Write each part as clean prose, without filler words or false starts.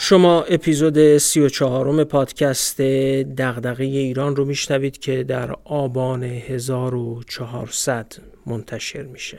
شما اپیزود 34 پادکست دغدغه ایران رو میشنوید که در آبان 1400 منتشر میشه.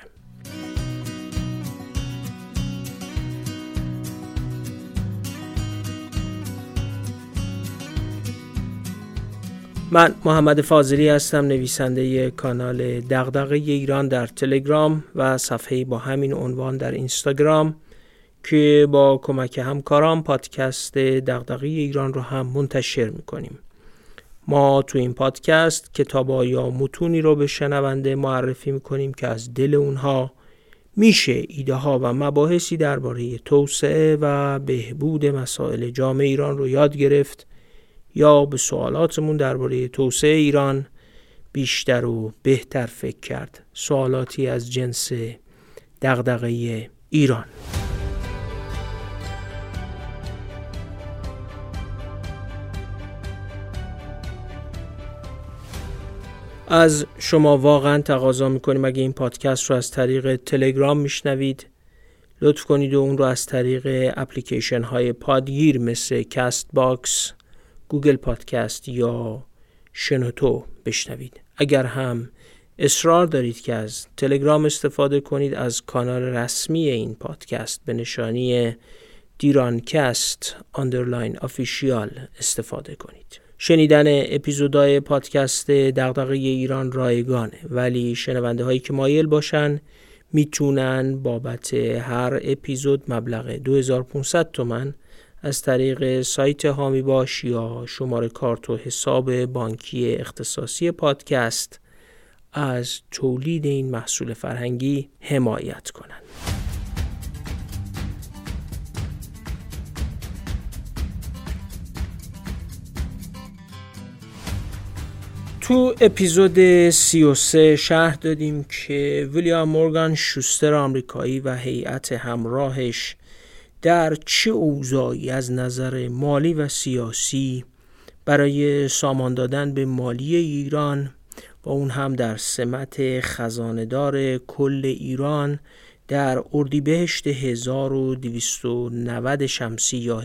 من محمد فاضلی هستم، نویسنده کانال دغدغه ایران در تلگرام و صفحه‌ای با همین عنوان در اینستاگرام که با کمک همکاران پادکست دغدغه ایران رو هم منتشر میکنیم. ما تو این پادکست کتابا یا متونی رو به شنونده معرفی میکنیم که از دل اونها میشه ایده ها و مباحثی درباره توسعه و بهبود مسائل جامعه ایران رو یاد گرفت یا به سوالاتمون درباره توسعه ایران بیشتر و بهتر فکر کرد. سوالاتی از جنس دغدغه ایران. از شما واقعا تقاضا میکنیم اگه این پادکست رو از طریق تلگرام میشنوید لطف کنید و اون رو از طریق اپلیکیشن های پادگیر مثل کست باکس، گوگل پادکست یا شنوتو بشنوید. اگر هم اصرار دارید که از تلگرام استفاده کنید، از کانال رسمی این پادکست به نشانی DiranCast_official استفاده کنید. شنیدن اپیزودهای پادکست دغدغه ایران رایگانه، ولی شنونده هایی که مایل باشن میتونن بابت هر اپیزود مبلغ 2500 تومان از طریق سایت هامی باش یا شماره کارت و حساب بانکی اختصاصی پادکست از تولید این محصول فرهنگی حمایت کنن. تو اپیزود 33 شرح دادیم که ویلیام مورگان شوستر آمریکایی و هیئت همراهش در چه اوضاعی از نظر مالی و سیاسی برای سامان دادن به مالی ایران و اون هم در سمت خزانه‌دار کل ایران در اردیبهشت 1290 شمسی یا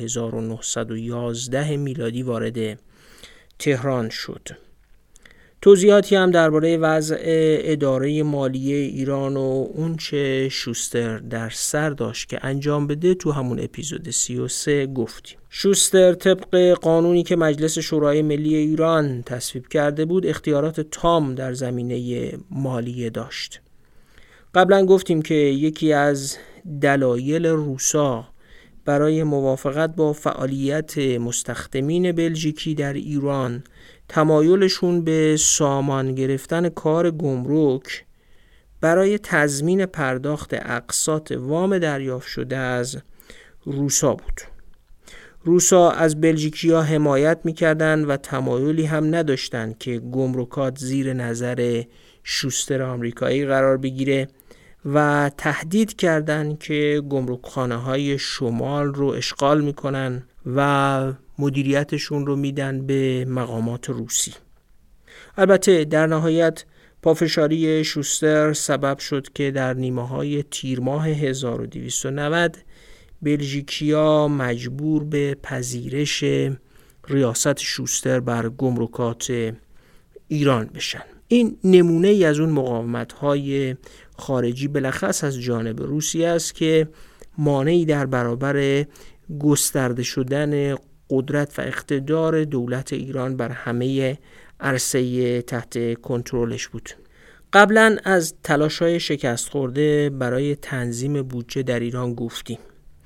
1911 میلادی وارد تهران شد. توضیحاتی هم درباره وضع اداره مالی ایران و اون چه شوستر در سر داشت که انجام بده تو همون اپیزود 33 گفتیم. شوستر طبق قانونی که مجلس شورای ملی ایران تصویب کرده بود اختیارات تام در زمینه مالیه داشت. قبلا گفتیم که یکی از دلایل روسا برای موافقت با فعالیت مستخدمین بلژیکی در ایران تمایلشون به سامان گرفتن کار گمرک برای تضمین پرداخت اقساط وام دریافت شده از روسا بود. روسا از بلژیکی‌ها حمایت می‌کردند و تمایلی هم نداشتند که گمرکات زیر نظر شوستر آمریکایی قرار بگیره و تهدید کردند که گمرکخانه‌های شمال رو اشغال می‌کنن و مدیریتشون رو میدن به مقامات روسی. البته در نهایت پافشاری شوستر سبب شد که در نیمه‌های تیر ماه 1290 بلژیکیا مجبور به پذیرش ریاست شوستر بر گمرکات ایران بشن. این نمونه ای از اون مقاومت‌های خارجی بلخص از جانب روسیه است که مانعی در برابر گسترده شدن قدرت و اقتدار دولت ایران بر همه عرصه تحت کنترلش بود. قبلا از تلاش‌های شکست خورده برای تنظیم بودجه در ایران گفتیم.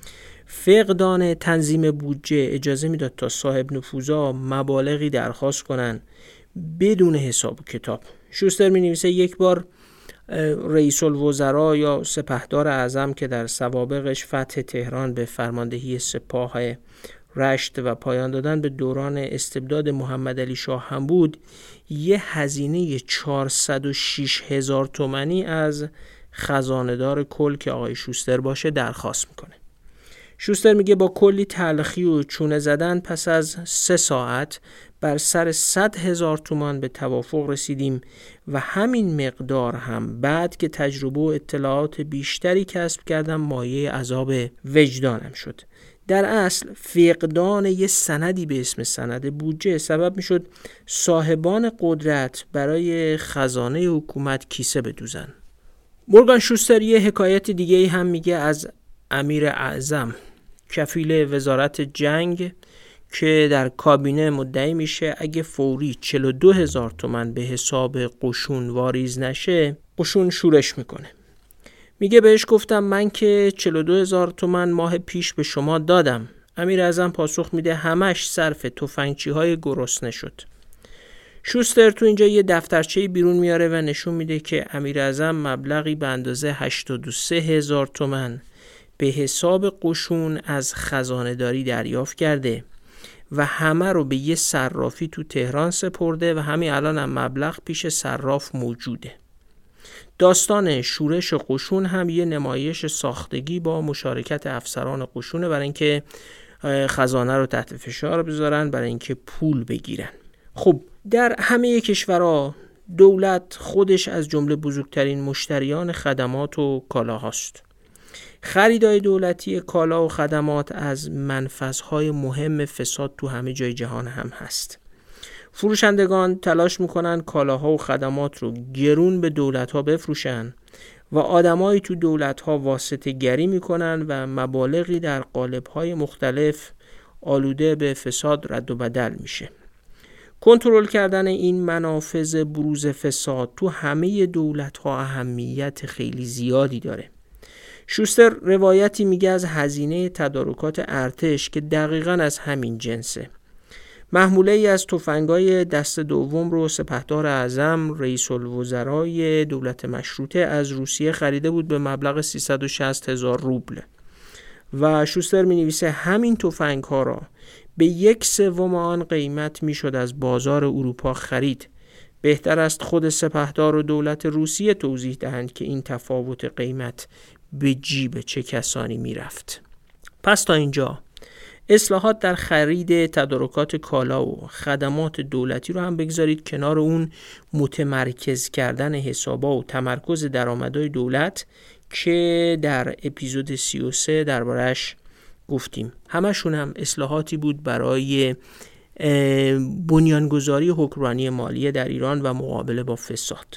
فقدان تنظیم بودجه اجازه میداد تا صاحب نفوذا مبالغی درخواست کنن بدون حساب و کتاب. شوستر می‌نویسه یک بار رئیس الوزراء یا سپهدار اعظم که در سوابقش فتح تهران به فرماندهی سپاه رشت و پایان دادن به دوران استبداد محمد علی شاه هم بود، یه هزینه 406,000 تومانی از خزانه‌دار کل که آقای شوستر باشه درخواست میکنه. شوستر میگه با کلی تلخی و چونه زدن پس از 3 ساعت بر سر 100,000 تومان به توافق رسیدیم و همین مقدار هم بعد که تجربه و اطلاعات بیشتری کسب کردم مایه عذاب وجدانم شد. در اصل فقدان یه سندی به اسم سند بودجه سبب میشد صاحبان قدرت برای خزانه حکومت کیسه بدوزن. مورگان شوستر یه حکایت دیگه هم میگه از امیر اعظم کفیل وزارت جنگ که در کابینه مدعی میشه اگه فوری 42,000 تومان به حساب قشون واریز نشه قشون شورش میکنه. میگه بهش گفتم من که 42,000 تومان ماه پیش به شما دادم. امیر اعظم پاسخ میده همش صرف تفنگچی های گرسنه شد. شوستر تو اینجا یه دفترچه بیرون میاره و نشون میده که امیر اعظم مبلغی به اندازه 83,000 تومان به حساب قشون از خزانه داری دریافت کرده و همه رو به یه صرافی تو تهران سپرده و همین الان هم مبلغ پیش صراف موجوده. داستان شورش قشون هم یه نمایش ساختگی با مشارکت افسران قشونه برای اینکه خزانه رو تحت فشار بذارن، برای اینکه پول بگیرن. خب در همه کشورها دولت خودش از جمله بزرگترین مشتریان خدمات و کالاهاست. خریدای دولتی کالا و خدمات از منفذهای مهم فساد تو همه جای جهان هم هست. فروشندگان تلاش میکنن کالاها و خدمات رو گرون به دولت‌ها بفروشن و آدمایی تو دولت‌ها واسطه گری میکنن و مبالغی در قالب‌های مختلف آلوده به فساد رد و بدل میشه. کنترل کردن این منافذ بروز فساد تو همه دولت‌ها اهمیت خیلی زیادی داره. شوستر روایتی میگه از هزینه تدارکات ارتش که دقیقاً از همین جنسه. محموله ای از تفنگای دست دوم رو سپهدار اعظم رئیس الوزرای دولت مشروطه از روسیه خریده بود به مبلغ 360,000 روبل و شوستر می نویسه همین تفنگ ها را به 1/3 آن قیمت می شد از بازار اروپا خرید. بهتر است خود سپهدار و دولت روسیه توضیح دهند که این تفاوت قیمت به جیب چه کسانی می رفت. پس تا اینجا اصلاحات در خرید تدارکات کالا و خدمات دولتی رو هم بگذارید کنار، اون متمرکز کردن حسابا و تمرکز درآمدهای دولت که در اپیزود 33 دربارش گفتیم. همشون هم اصلاحاتی بود برای بنیانگذاری حکمرانی مالیه در ایران و مقابله با فساد.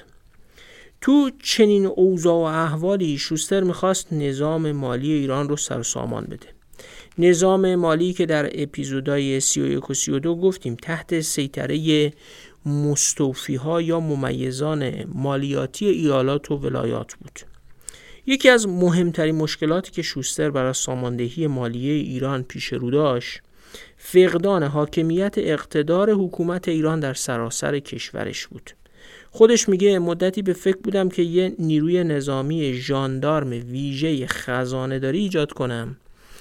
تو چنین اوضاع و احوالی شوستر میخواست نظام مالی ایران رو سر و سامان بده. نظام مالی که در اپیزودهای 31 و 32 گفتیم تحت سیطره مستوفی‌ها یا ممیزان مالیاتی ایالات و ولایات بود. یکی از مهمترین مشکلاتی که شوستر برای ساماندهی مالیه ایران پیش رو داشت فقدان حاکمیت اقتدار حکومت ایران در سراسر کشورش بود. خودش میگه مدتی به فکر بودم که یه نیروی نظامی ژاندارم ویژه خزانه داری ایجاد کنم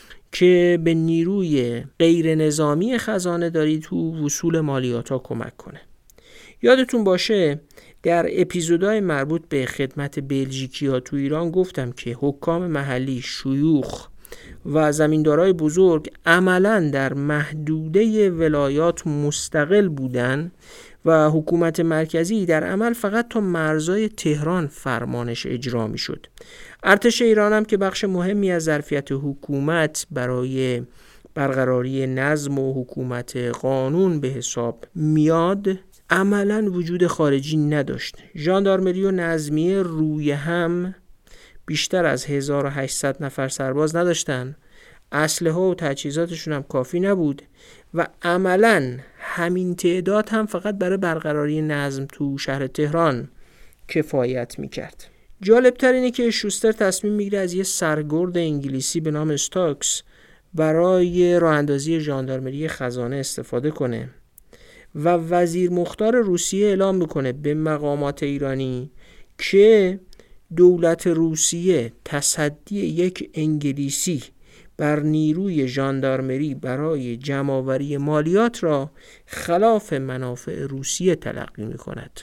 که به نیروی غیر نظامی خزانه داری تو وصول مالیات ها کمک کنه. یادتون باشه در اپیزودهای مربوط به خدمت بلژیکی ها تو ایران گفتم که حکام محلی، شیوخ و زمیندارای بزرگ عملاً در محدوده ولایات مستقل بودن و حکومت مرکزی در عمل فقط تا مرزهای تهران فرمانش اجرا می شد. ارتش ایران هم که بخش مهمی از ظرفیت حکومت برای برقراری نظم و حکومت قانون به حساب میاد عملاً وجود خارجی نداشت. ژاندارمری و نظمیه روی هم بیشتر از 1800 نفر سرباز نداشتن، اسلحه و تجهیزاتشون هم کافی نبود و عملاً همین تعداد هم فقط برای برقراری نظم تو شهر تهران کفایت میکرد. جالبتر اینه که شوستر تصمیم میگیره از یه سرگرد انگلیسی به نام استاکس برای راه اندازی ژاندارمری خزانه استفاده کنه و وزیر مختار روسیه اعلام میکنه به مقامات ایرانی که دولت روسیه تصدی یک انگلیسی بر نیروی ژاندارمری برای جمع‌آوری مالیات را خلاف منافع روسیه تلقی می‌کند.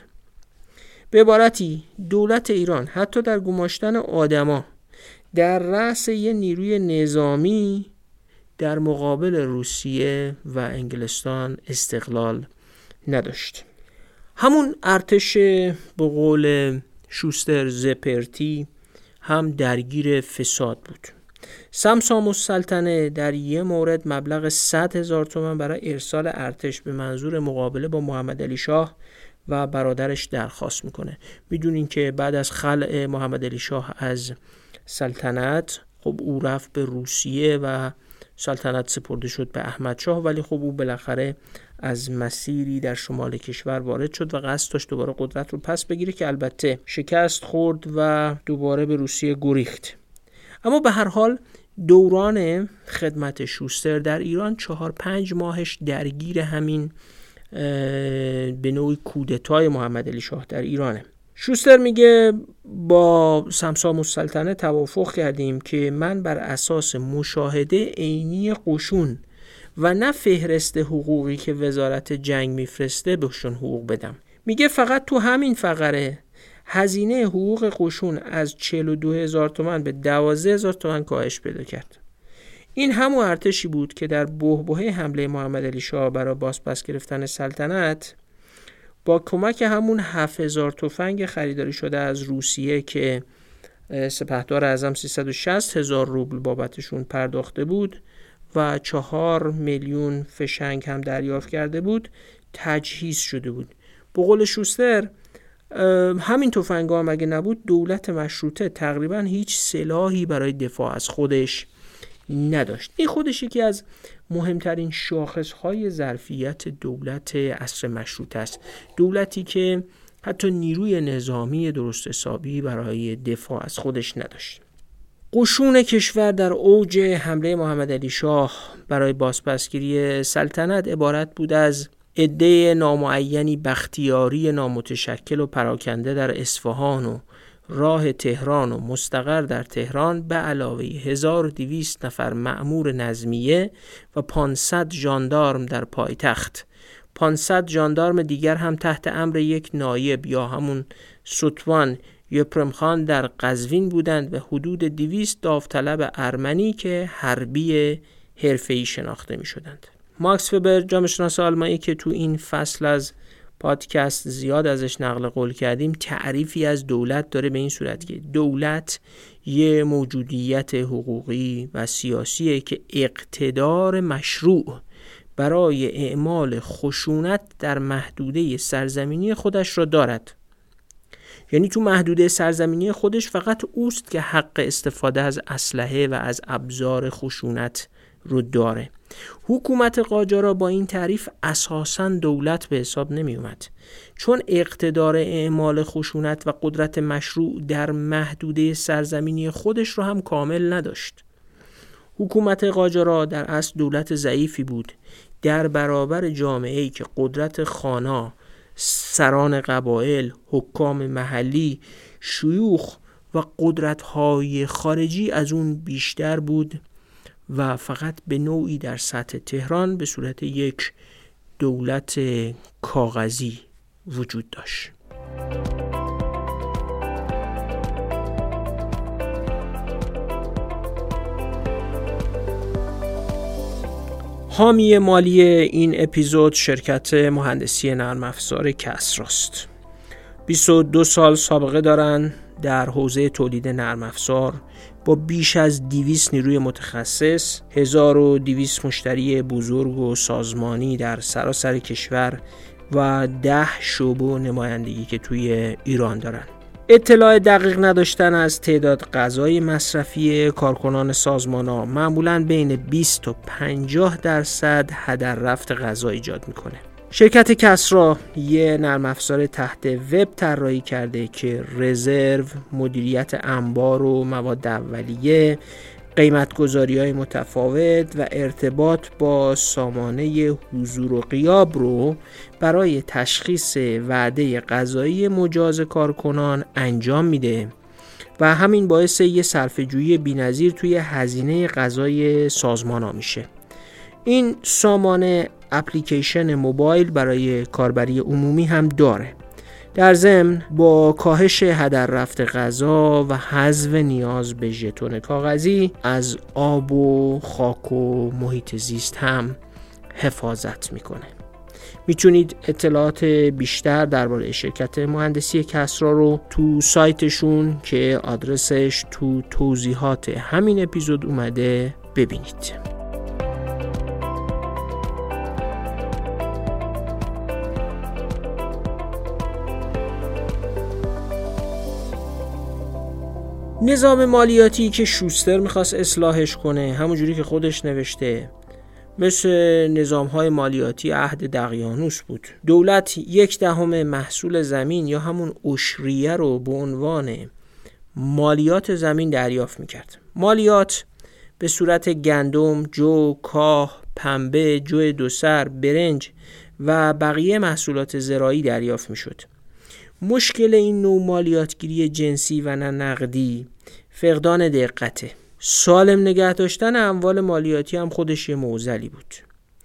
به عبارتی دولت ایران حتی در گماشتن آدما در رأس یک نیروی نظامی در مقابل روسیه و انگلستان استقلال نداشت. همون ارتش به قول شوستر زپرتی هم درگیر فساد بود. سمسام السلطنه در یه مورد مبلغ 100,000 تومان برای ارسال ارتش به منظور مقابله با محمد علی شاه و برادرش درخواست میکنه. میدونین که بعد از خلع محمد علی شاه از سلطنت، خب او رفت به روسیه و سلطنت سپرده شد به احمد شاه، ولی خب او بالاخره از مسیری در شمال کشور وارد شد و قصد داشت دوباره قدرت رو پس بگیره که البته شکست خورد و دوباره به روسیه گریخت. اما به هر حال دوران خدمت شوستر در ایران 4-5 ماهش درگیر همین به نوعی کودتای محمد علی شاه در ایرانه. شوستر میگه با سمسام السلطنه توافق کردیم که من بر اساس مشاهده عینی قشون و نه فهرست حقوقی که وزارت جنگ میفرسته بهشون حقوق بدم. میگه فقط تو همین فقره هزینه حقوق قشون از 42,000 تومان به 12,000 تومان کاهش پیدا کرد. این همون ارتشی بود که در بحبوحه حمله محمد علی شاه برای بازپس گرفتن سلطنت با کمک همون 7,000 تفنگ خریداری شده از روسیه که سپهدار اعظم 360,000 روبل بابتشون پرداخته بود و 4 میلیون فشنگ هم دریافت کرده بود تجهیز شده بود. به قول شوستر همین تفنگ‌ها هم اگه نبود دولت مشروطه تقریبا هیچ سلاحی برای دفاع از خودش نداشت. این خودش یکی از مهمترین شاخصهای ظرفیت دولت عصر مشروطه است. دولتی که حتی نیروی نظامی درست حسابی برای دفاع از خودش نداشت. قشون کشور در اوج حمله محمد علی شاه برای بازپسگیری سلطنت عبارت بود از عده نامعینی بختیاری نامتشکل و پراکنده در اصفهان و راه تهران و مستقر در تهران به علاوه 1200 نفر مأمور نظمیه و 500 ژاندارم در پایتخت. 500 ژاندارم دیگر هم تحت امر یک نایب یا همون ستوان یپرم خان در قزوین بودند و حدود 200 داوطلب ارمنی که حربی حرفه‌ای شناخته می شدند. ماکس وبر جامعه شناس آلمانی که تو این فصل از پادکست زیاد ازش نقل قول کردیم تعریفی از دولت داره به این صورت که دولت یه موجودیت حقوقی و سیاسیه که اقتدار مشروع برای اعمال خشونت در محدوده سرزمینی خودش را دارد. یعنی تو محدوده سرزمینی خودش فقط اوست که حق استفاده از اسلحه و از ابزار خشونت رو داره. حکومت قاجارا با این تعریف اساساً دولت به حساب نمی اومد، چون اقتدار اعمال خشونت و قدرت مشروع در محدوده سرزمینی خودش رو هم کامل نداشت. حکومت قاجارا در اصل دولت ضعیفی بود در برابر جامعه‌ای که قدرت خانا، سران قبایل، حکام محلی، شیوخ و قدرت‌های خارجی از اون بیشتر بود و فقط به نوعی در سطح تهران به صورت یک دولت کاغذی وجود داشت. حامی مالی این اپیزود شرکت مهندسی نرم افزار کسراست. 22 سال سابقه دارن در حوزه تولید نرم افزار با بیش از 200 نیروی متخصص، 1200 مشتری بزرگ و سازمانی در سراسر کشور و 10 شعبه و نمایندگی که توی ایران دارن. اطلاع دقیق نداشتن از تعداد غذای مصرفی کارکنان سازمان‌ها معمولاً بین 20 تا 50% هدر رفت غذا ایجاد میکنه. شرکت کسرا یه نرم افزار تحت وب طراحی کرده که رزرو، مدیریت انبار و مواد اولیه، قیمت‌گذاری‌های متفاوت و ارتباط با سامانه حضور و غیاب رو برای تشخیص وعده غذایی مجاز کارکنان انجام میده و همین باعث یه صرفه‌جویی بی‌نظیر توی هزینه غذای سازمان‌ها میشه. این سامانه اپلیکیشن موبایل برای کاربری عمومی هم داره. در ضمن با کاهش هدر رفت غذا و حذف نیاز به ژتون کاغذی از آب و خاک و محیط زیست هم حفاظت میکنه. میتونید اطلاعات بیشتر درباره شرکت مهندسی کسرا رو تو سایتشون که آدرسش تو توضیحات همین اپیزود اومده ببینید. نظام مالیاتی که شوستر میخواست اصلاحش کنه، همونجوری که خودش نوشته، مثل نظام‌های مالیاتی عهد دقیانوس بود. دولت 1/10 محصول زمین یا همون عشریه رو به عنوان مالیات زمین دریافت میکرد. مالیات به صورت گندم، جو، کاه، پنبه، جو دوسر، برنج و بقیه محصولات زراعی دریافت میشد. مشکل این نوع مالیاتگیری جنسی و نه نقدی فقدان دقته. سالم نگه داشتن اموال مالیاتی هم خودش یه معضلی بود.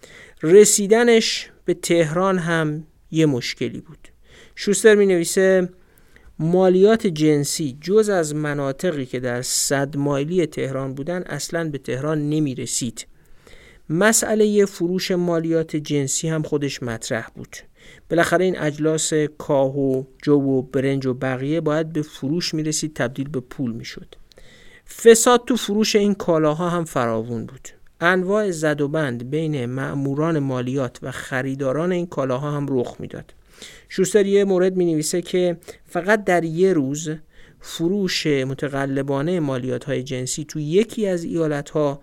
رسیدنش به تهران هم یه مشکلی بود. شوستر می نویسه مالیات جنسی جز از مناطقی که در 100 مایلی تهران بودن اصلاً به تهران نمی رسید. مسئله فروش مالیات جنسی هم خودش مطرح بود. بالاخره این اجلاس کاه و جو و برنج و بقیه باید به فروش می رسید، تبدیل به پول می شد. فساد تو فروش این کالاها هم فراوون بود. انواع زد و بند بین مأموران مالیات و خریداران این کالاها هم رخ میداد. شوستر یه مورد می نویسه که فقط در یه روز فروش متقلبانه مالیات های جنسی تو یکی از ایالت ها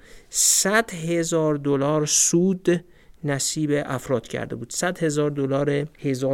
$100,000 سود نصیب افراد کرده بود. $100,000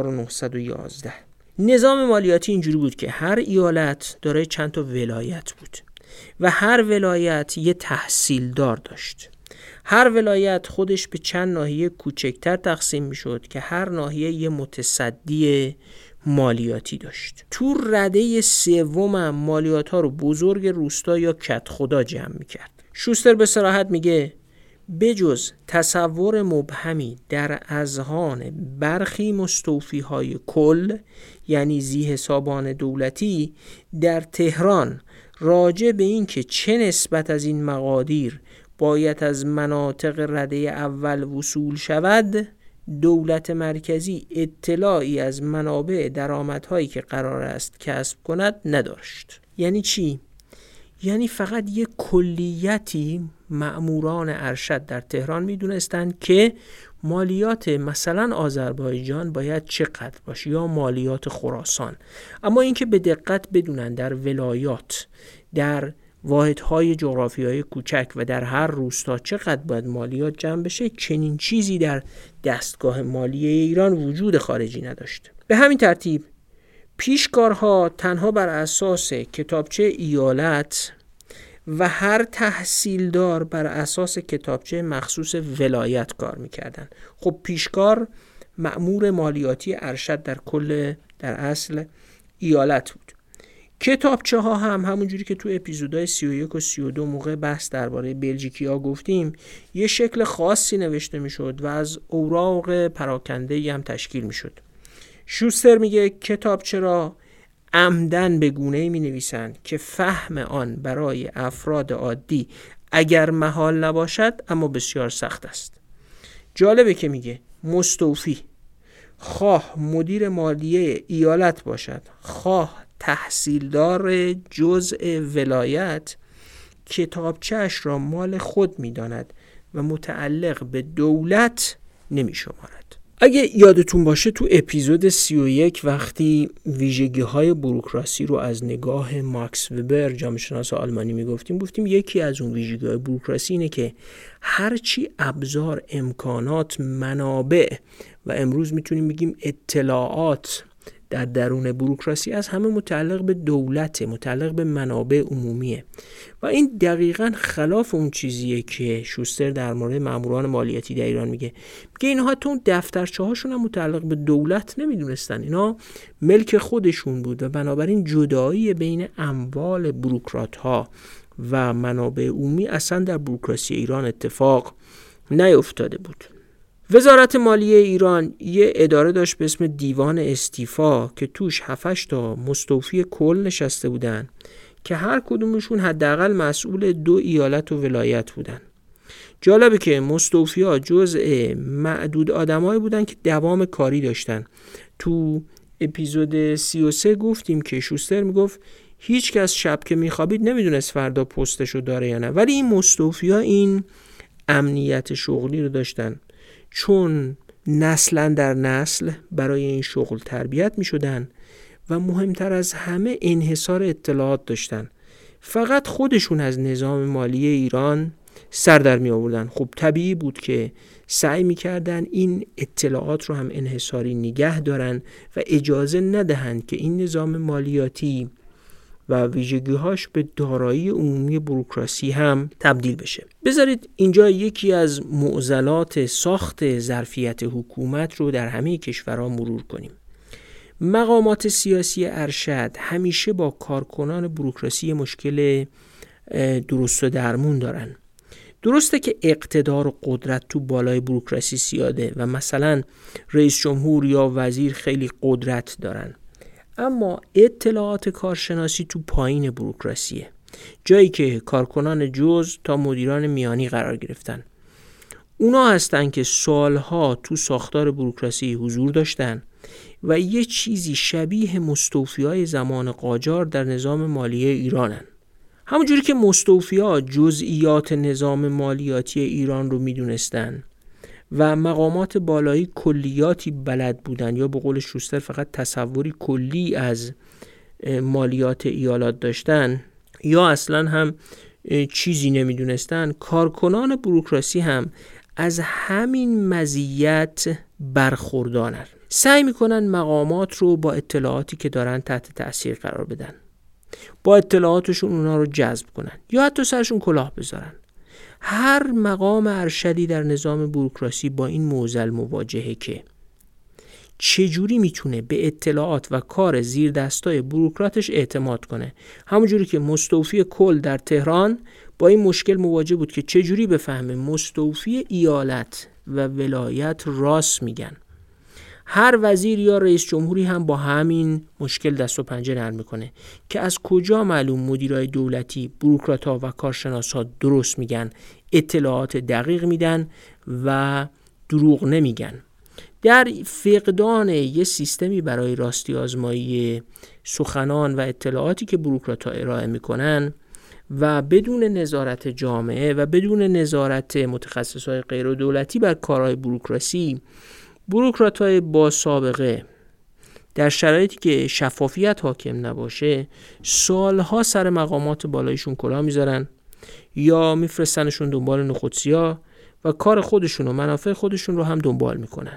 1911. نظام مالیاتی اینجوری بود که هر ایالت داره چند تا ولایت بود و هر ولایت یه تحصیلدار داشت. هر ولایت خودش به چند ناحیه کوچکتر تقسیم می شد که هر ناحیه یه متصدی مالیاتی داشت. تو رده سوم مالیات ها رو بزرگ روستا یا کت خدا جمع می کرد. شوستر به صراحت میگه بجز تصور مبهمی در اذهان برخی مستوفی های کل، یعنی ذی حسابان دولتی در تهران، راجع به این که چه نسبت از این مقادیر باید از مناطق رده اول وصول شود، دولت مرکزی اطلاعی از منابع درآمدهایی که قرار است کسب کند نداشت. یعنی چی؟ یعنی فقط یک کلیتی مأموران ارشد در تهران میدونستند که مالیات مثلا آذربایجان باید چقدر باشه یا مالیات خراسان، اما اینکه به دقت بدونن در ولایات، در واحدهای جغرافیایی کوچک و در هر روستا چقدر باید مالیات جمع بشه، چنین چیزی در دستگاه مالی ایران وجود خارجی نداشت. به همین ترتیب پیشکارها تنها بر اساس کتابچه ایالت و هر تحصیلدار بر اساس کتابچه مخصوص ولایت کار میکردن. خب پیشکار مأمور مالیاتی ارشد در کل در اصل ایالت بود. کتابچه ها هم همونجوری که تو اپیزودهای 31 و 32 موقع بحث درباره بلژیکی ها گفتیم یه شکل خاصی نوشته میشد و از اوراق پراکنده‌ای هم تشکیل میشد. شوستر میگه کتابچه را عمدن به گونه‌ای می‌نویسند که فهم آن برای افراد عادی اگر محال نباشد اما بسیار سخت است. جالبه که میگه مستوفی خواه مدیر مالیه ایالت باشد، خواه تحصیلدار جزء ولایت، کتابچه‌اش را مال خود می‌داند و متعلق به دولت نمی‌شمارد. اگه یادتون باشه تو اپیزود 31 وقتی ویژگی‌های بوروکراسی رو از نگاه ماکس وبر جامعه شناس آلمانی گفتیم یکی از اون ویژگی‌های بوروکراسی اینه که هرچی ابزار، امکانات، منابع و امروز میتونیم بگیم اطلاعات در درون بوروکراسی از همه متعلق به دولته، متعلق به منابع عمومیه و این دقیقاً خلاف اون چیزیه که شوستر در مورد ماموران مالیاتی در ایران میگه اینها حتی اون دفترچه هاشون هم متعلق به دولت نمیدونستن، اینا ملک خودشون بود و بنابراین جدایی بین اموال بوروکرات ها و منابع عمومی اصلا در بوروکراسی ایران اتفاق نیفتاده بود. وزارت مالیه ایران یه اداره داشت به اسم دیوان استیفا که توش 7-8 تا مستوفی کل نشسته بودن که هر کدومشون حداقل مسئول 2 ایالت و ولایت بودن. جالبه که مستوفی‌ها جزء معدود آدمایی بودن که دوام کاری داشتن. تو اپیزود 33 گفتیم که شوستر میگفت هیچ کس شب که میخوابید نمیدونست فردا پستشو داره یا نه، ولی این مستوفی‌ها این امنیت شغلی رو داشتن، چون نسلا در نسل برای این شغل تربیت میشدن و مهمتر از همه انحصار اطلاعات داشتن. فقط خودشون از نظام مالی ایران سر در می آوردن. خب طبیعی بود که سعی می کردن این اطلاعات رو هم انحصاری نگه دارن و اجازه ندهند که این نظام مالیاتی و ویژگی‌هاش به دارایی عمومی بوروکراسی هم تبدیل بشه. بذارید اینجا یکی از معضلات ساخت ظرفیت حکومت رو در همه کشورها مرور کنیم. مقامات سیاسی ارشد همیشه با کارکنان بوروکراسی مشکل درست و درمون دارن. درسته که اقتدار و قدرت تو بالای بوروکراسی زیاده و مثلا رئیس جمهور یا وزیر خیلی قدرت دارن، اما اطلاعات کارشناسی تو پایین بوروکراسیه، جایی که کارکنان جزء تا مدیران میانی قرار گرفتن. اونا هستن که سالها تو ساختار بوروکراسی حضور داشتن و یه چیزی شبیه مستوفیای زمان قاجار در نظام مالی ایرانن. همونجوری که مستوفی‌ها جزئیات نظام مالیاتی ایران رو میدونستن و مقامات بالایی کلیاتی بلد بودن یا به قول شوستر فقط تصوری کلی از مالیات ایالات داشتن یا اصلا هم چیزی نمیدونستن، کارکنان بوروکراسی هم از همین مزیت برخوردارن. سعی میکنن مقامات رو با اطلاعاتی که دارن تحت تأثیر قرار بدن، با اطلاعاتشون اونا رو جذب کنن یا حتی سرشون کلاه بذارن. هر مقام ارشدی در نظام بوروکراسی با این معضل مواجهه که چجوری میتونه به اطلاعات و کار زیر دستای بوروکراتش اعتماد کنه. همونجوری که مستوفی کل در تهران با این مشکل مواجه بود که چجوری بفهمه مستوفی ایالت و ولایت راست میگن. هر وزیر یا رئیس جمهوری هم با همین مشکل دست و پنجه نرم میکنه که از کجا معلوم مدیرای دولتی، بوروکرات‌ها و کارشناس‌ها درست میگن، اطلاعات دقیق میدن و دروغ نمیگن. در فقدان یه سیستمی برای راستی آزمایی سخنان و اطلاعاتی که بوروکرات‌ها ارائه میکنن و بدون نظارت جامعه و بدون نظارت متخصصای غیر دولتی بر کارهای بوروکراسی، بوروکرات‌های با سابقه در شرایطی که شفافیت حاکم نباشه سالها سر مقامات بالایشون کلاه میذارن یا میفرستنشون دنبال نخودسیا و کار خودشون و منافع خودشون رو هم دنبال میکنن.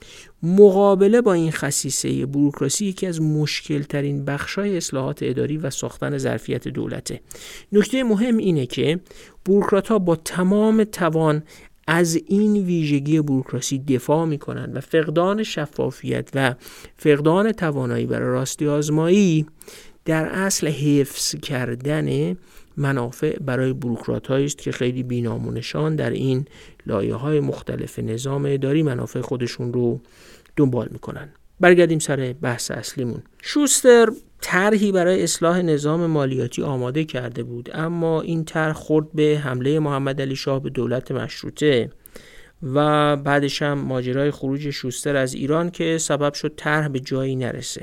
مقابله با این خصیصه بوروکراسی یکی از مشکل ترین بخشای اصلاحات اداری و ساختن ظرفیت دولته. نکته مهم اینه که بوروکرات‌ها با تمام توان از این ویژگی بوروکراسی دفاع میکنن و فقدان شفافیت و فقدان توانایی برای راستی آزمایی در اصل حفظ کردن منافع برای بوروکرات‌هایی است که خیلی بی‌نام در این لایه‌های مختلف نظام اداری منافع خودشون رو دنبال میکنن. برگردیم سر بحث اصلیمون. شوستر طرحی برای اصلاح نظام مالیاتی آماده کرده بود، اما این طرح خورد به حمله محمد علی شاه به دولت مشروطه و بعدش هم ماجرای خروج شوستر از ایران که سبب شد طرح به جایی نرسه.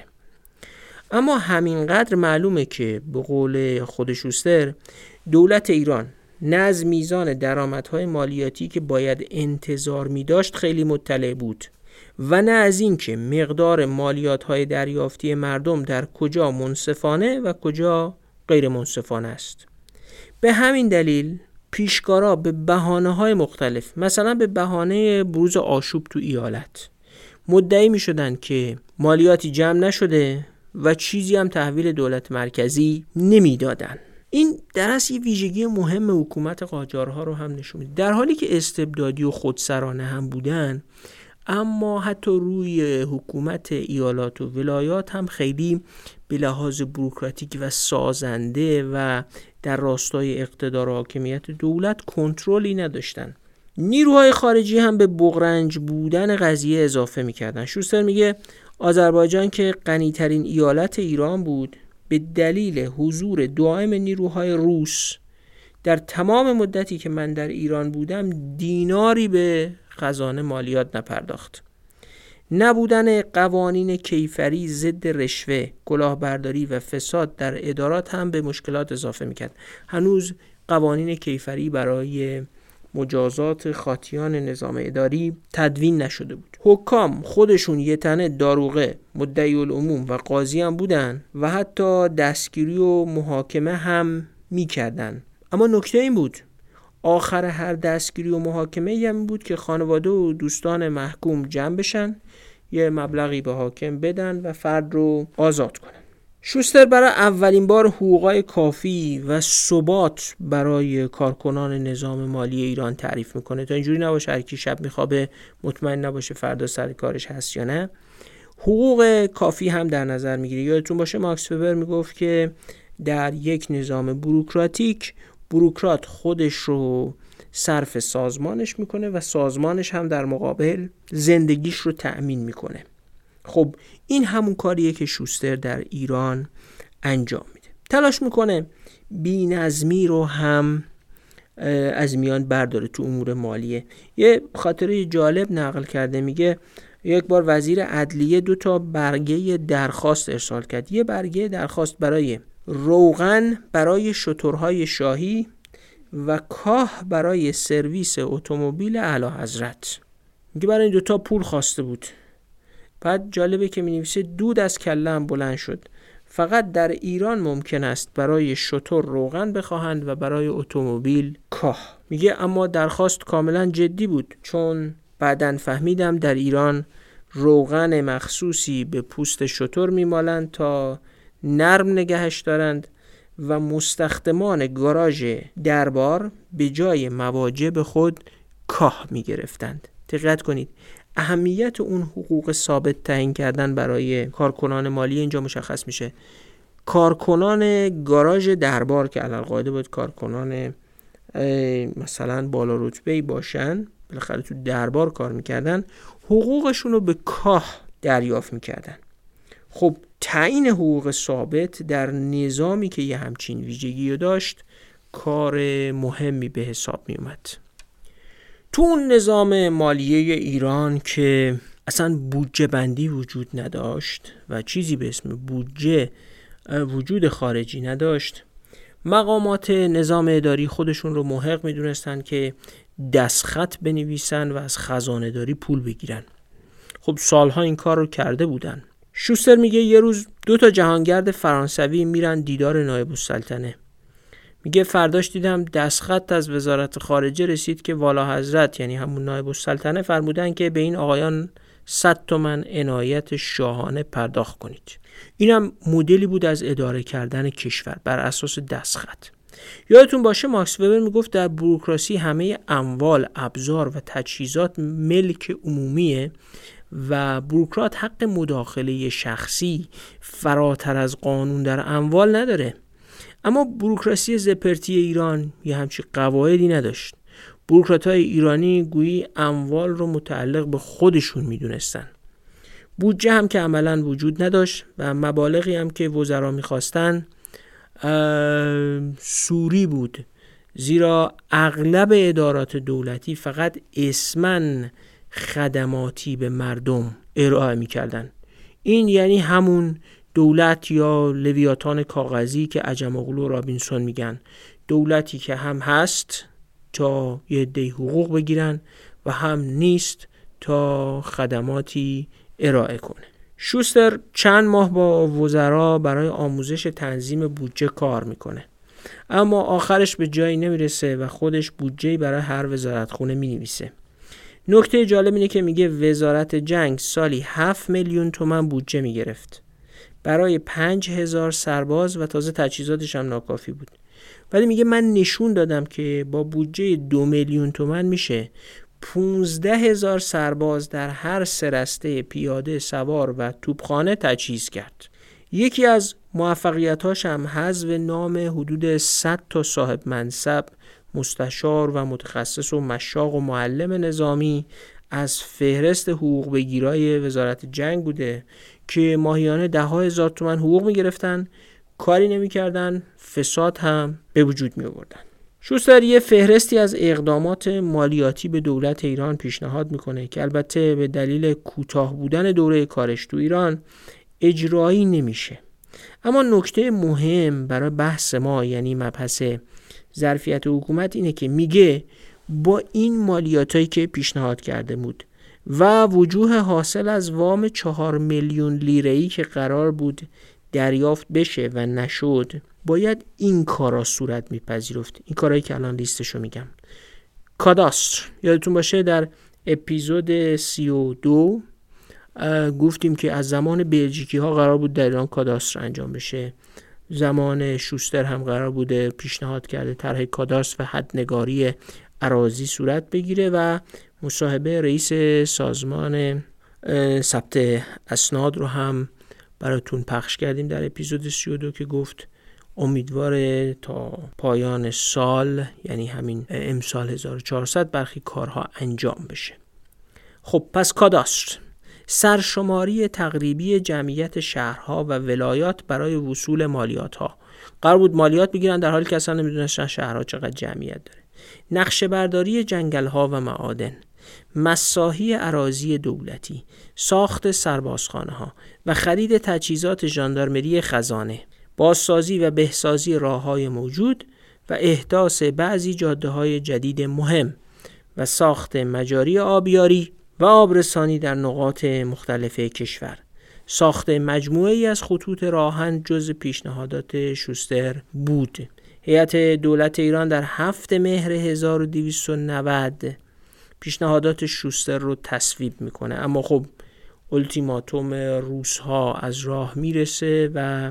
اما همینقدر معلومه که به قول خود شوستر دولت ایران نه از میزان درآمدهای مالیاتی که باید انتظار می داشت خیلی مطلع بود و نه از این که مقدار مالیات‌های دریافتی مردم در کجا منصفانه و کجا غیر منصفانه است. به همین دلیل پیشکارا به بهانه‌های مختلف، مثلا به بهانه بروز آشوب تو ایالت، مدعی می‌شدن که مالیاتی جمع نشده و چیزی هم تحویل دولت مرکزی نمیدادن. این در اصل یه ویژگی مهم حکومت قاجارها رو هم نشون میده. در حالی که استبدادی و خودسرانه هم بودن، اما حتی روی حکومت ایالات و ولایات هم خیلی به لحاظ بوروکراتیک و سازنده و در راستای اقتدار و حاکمیت دولت کنترلی نداشتن. نیروهای خارجی هم به بغرنج بودن قضیه اضافه میکردن. شوستر میگه آذربایجان که غنی‌ترین ایالت ایران بود، به دلیل حضور دائم نیروهای روس در تمام مدتی که من در ایران بودم دیناری به خزانه مالیات نپرداخت. نبودن قوانین کیفری ضد رشوه، کلاهبرداری و فساد در ادارات هم به مشکلات اضافه میکرد. هنوز قوانین کیفری برای مجازات خاطیان نظام اداری تدوین نشده بود. حکام خودشون یه تنه داروغه، مدعی العموم و قاضی هم بودن و حتی دستگیری و محاکمه هم میکردن. اما نکته این بود آخر هر دستگیری و محاکمه هم بود که خانواده و دوستان محکوم جمع بشن، یه مبلغی به حاکم بدن و فرد رو آزاد کنن. شوستر برای اولین بار حقوقای کافی و ثبات برای کارکنان نظام مالی ایران تعریف میکنه تا اینجوری نباشه هر کی شب میخوابه مطمئن نباشه فردا سر کارش هست یا نه. حقوق کافی هم در نظر میگیره. یادتون باشه ماکس وبر میگفت که در یک نظام بوروکراتیک بوروکرات خودش رو صرف سازمانش میکنه و سازمانش هم در مقابل زندگیش رو تأمین میکنه. خب این همون کاریه که شوستر در ایران انجام میده. تلاش میکنه بی‌نظمی رو هم از میان برداره تو امور مالیه. یه خاطره جالب نقل کرده، میگه یک بار وزیر عدلیه 2 برگه درخواست ارسال کرد. یه برگه درخواست برای روغن برای شترهای شاهی و کاه برای سرویس اتومبیل اعلیحضرت. میگه برای این 2 پول خواسته بود. بعد جالبه که می‌نویسه دود از کله‌ام بلند شد. فقط در ایران ممکن است برای شتر روغن بخواهند و برای اتومبیل کاه. میگه اما درخواست کاملا جدی بود، چون بعداً فهمیدم در ایران روغن مخصوصی به پوست شتر میمالند تا نرم نگهش دارند و مستخدمان گاراژ دربار به جای مواجب خود کاه میگرفتند. دقت کنید اهمیت اون حقوق ثابت تعیین کردن برای کارکنان مالی اینجا مشخص میشه. کارکنان گاراژ دربار که علالقاعده بود کارکنان مثلا بالا رتبه‌ای باشن، بالاخره تو دربار کار میکردن، حقوقشون رو به کاه دریافت میکردن. خب تعیین حقوق ثابت در نظامی که یه همچین ویژگی رو داشت کار مهمی به حساب می اومد. تو اون نظام مالیه ایران که اصلا بودجه بندی وجود نداشت و چیزی به اسم بودجه وجود خارجی نداشت، مقامات نظام اداری خودشون رو محق می دونستن که دستخط بنویسن و از خزانه داری پول بگیرن. خب سالها این کار رو کرده بودن. شوستر میگه یه روز 2 جهانگرد فرانسوی میرن دیدار نایب السلطنه. میگه فرداش دیدم دستخط از وزارت خارجه رسید که والا حضرت یعنی همون نایب السلطنه فرمودن که به این آقایان 100 تومن عنایت شاهانه پرداخت کنید. اینم مدلی بود از اداره کردن کشور بر اساس دستخط. یادتون باشه ماکس وبر میگفت در بوروکراسی همه اموال، ابزار و تجهیزات ملک عمومیه و بوروکرات حق مداخله شخصی فراتر از قانون در اموال نداره. اما بوروکراسی زپرتی ایران یه همچین قواعدی نداشت. بوروکرات‌های ایرانی گویی اموال رو متعلق به خودشون میدونستن. بودجه هم که عملاً وجود نداشت و مبالغی هم که وزرا میخواستن سوری بود، زیرا اغلب ادارات دولتی فقط اسماً خدماتی به مردم ارائه میکردن. این یعنی همون دولت یا لویاتان کاغذی که عجم‌اوغلو و رابینسون میگن، دولتی که هم هست تا یه عده حقوق بگیرن و هم نیست تا خدماتی ارائه کنه. شوستر چند ماه با وزرا برای آموزش تنظیم بودجه کار میکنه، اما آخرش به جایی نمیرسه و خودش بودجه‌ای برای هر وزارتخونه مینویسه. نکته جالب اینه که میگه وزارت جنگ سالی 7 میلیون تومان بودجه میگرفت برای 5000 سرباز و تازه تجهیزاتش هم ناکافی بود. ولی میگه من نشون دادم که با بودجه 2 میلیون تومان میشه 15000 سرباز در هر سرسته پیاده سوار و توپخانه تجهیز کرد. یکی از موفقیتاش هم حذف نام حدود 100 تا صاحب منصب، مستشار و متخصص و مشاغ و معلم نظامی از فهرست حقوق بگیرای وزارت جنگ بوده که ماهیانه 10,000 تومان حقوق میگرفتن، کاری نمیکردن، فساد هم به وجود می آوردن. شوستر یه فهرستی از اقدامات مالیاتی به دولت ایران پیشنهاد میکنه که البته به دلیل کوتاه بودن دوره کارش تو ایران اجرایی نمیشه. اما نکته مهم برای بحث ما، یعنی مبحث ظرفیت حکومت، اینه که میگه با این مالیاتایی که پیشنهاد کرده بود و وجوه حاصل از وام 4 میلیون لیره‌ای که قرار بود دریافت بشه و نشد، باید این کارا صورت میپذیرفت. این کارهایی که الان لیستشو میگم: کاداستر. یادتون باشه در اپیزود 32 گفتیم که از زمان بلژیکی ها قرار بود در ایران کاداستر انجام بشه. زمان شوستر هم قرار بوده پیشنهاد کرده طرح کاداستر و حدنگاری اراضی صورت بگیره و مصاحبه رئیس سازمان ثبت اسناد رو هم براتون پخش کردیم در اپیزود 32 که گفت امیدواره تا پایان سال، یعنی همین امسال 1400، برخی کارها انجام بشه. خب پس کاداستر سرشماری تقریبی جمعیت شهرها و ولایات برای وصول مالیات ها. قرار بود مالیات بگیرن در حالی که اصلا نمیدونستن شهرها چقدر جمعیت داره. نقشه برداری جنگل ها و معادن، مساحی اراضی دولتی، ساخت سربازخانه ها و خرید تجهیزات ژاندارمری خزانه، بازسازی و بهسازی راههای موجود و احداث بعضی جاده‌های جدید مهم و ساخت مجاری آبیاری و آبرسانی در نقاط مختلف کشور. ساخت مجموعه‌ای از خطوط راهن جز پیشنهادات شوستر بود. هیئت دولت ایران در 7 مهر 1290 پیشنهادات شوستر رو تصویب میکنه، اما خب اولتیماتوم روس ها از راه میرسه و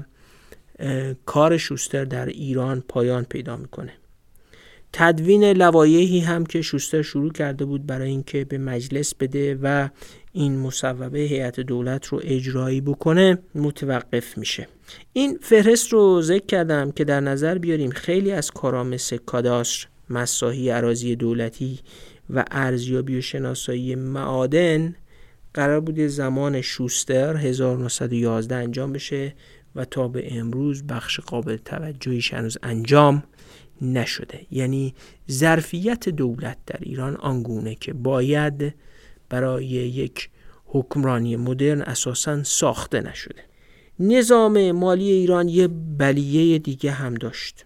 کار شوستر در ایران پایان پیدا میکنه. تدوین لوایحی هم که شوستر شروع کرده بود برای اینکه به مجلس بده و این مصوبه هیئت دولت رو اجرایی بکنه متوقف میشه. این فهرست رو ذکر کردم که در نظر بیاریم خیلی از کارا مثل کاداستر، مساحی اراضی دولتی و ارزیابی و شناسایی معادن قرار بود زمان شوستر 1911 انجام بشه و تا به امروز بخش قابل توجهیش هنوز انجام نشده. یعنی ظرفیت دولت در ایران آنگونه که باید برای یک حکمرانی مدرن اساساً ساخته نشده. نظام مالی ایران یه بلیه دیگه هم داشت.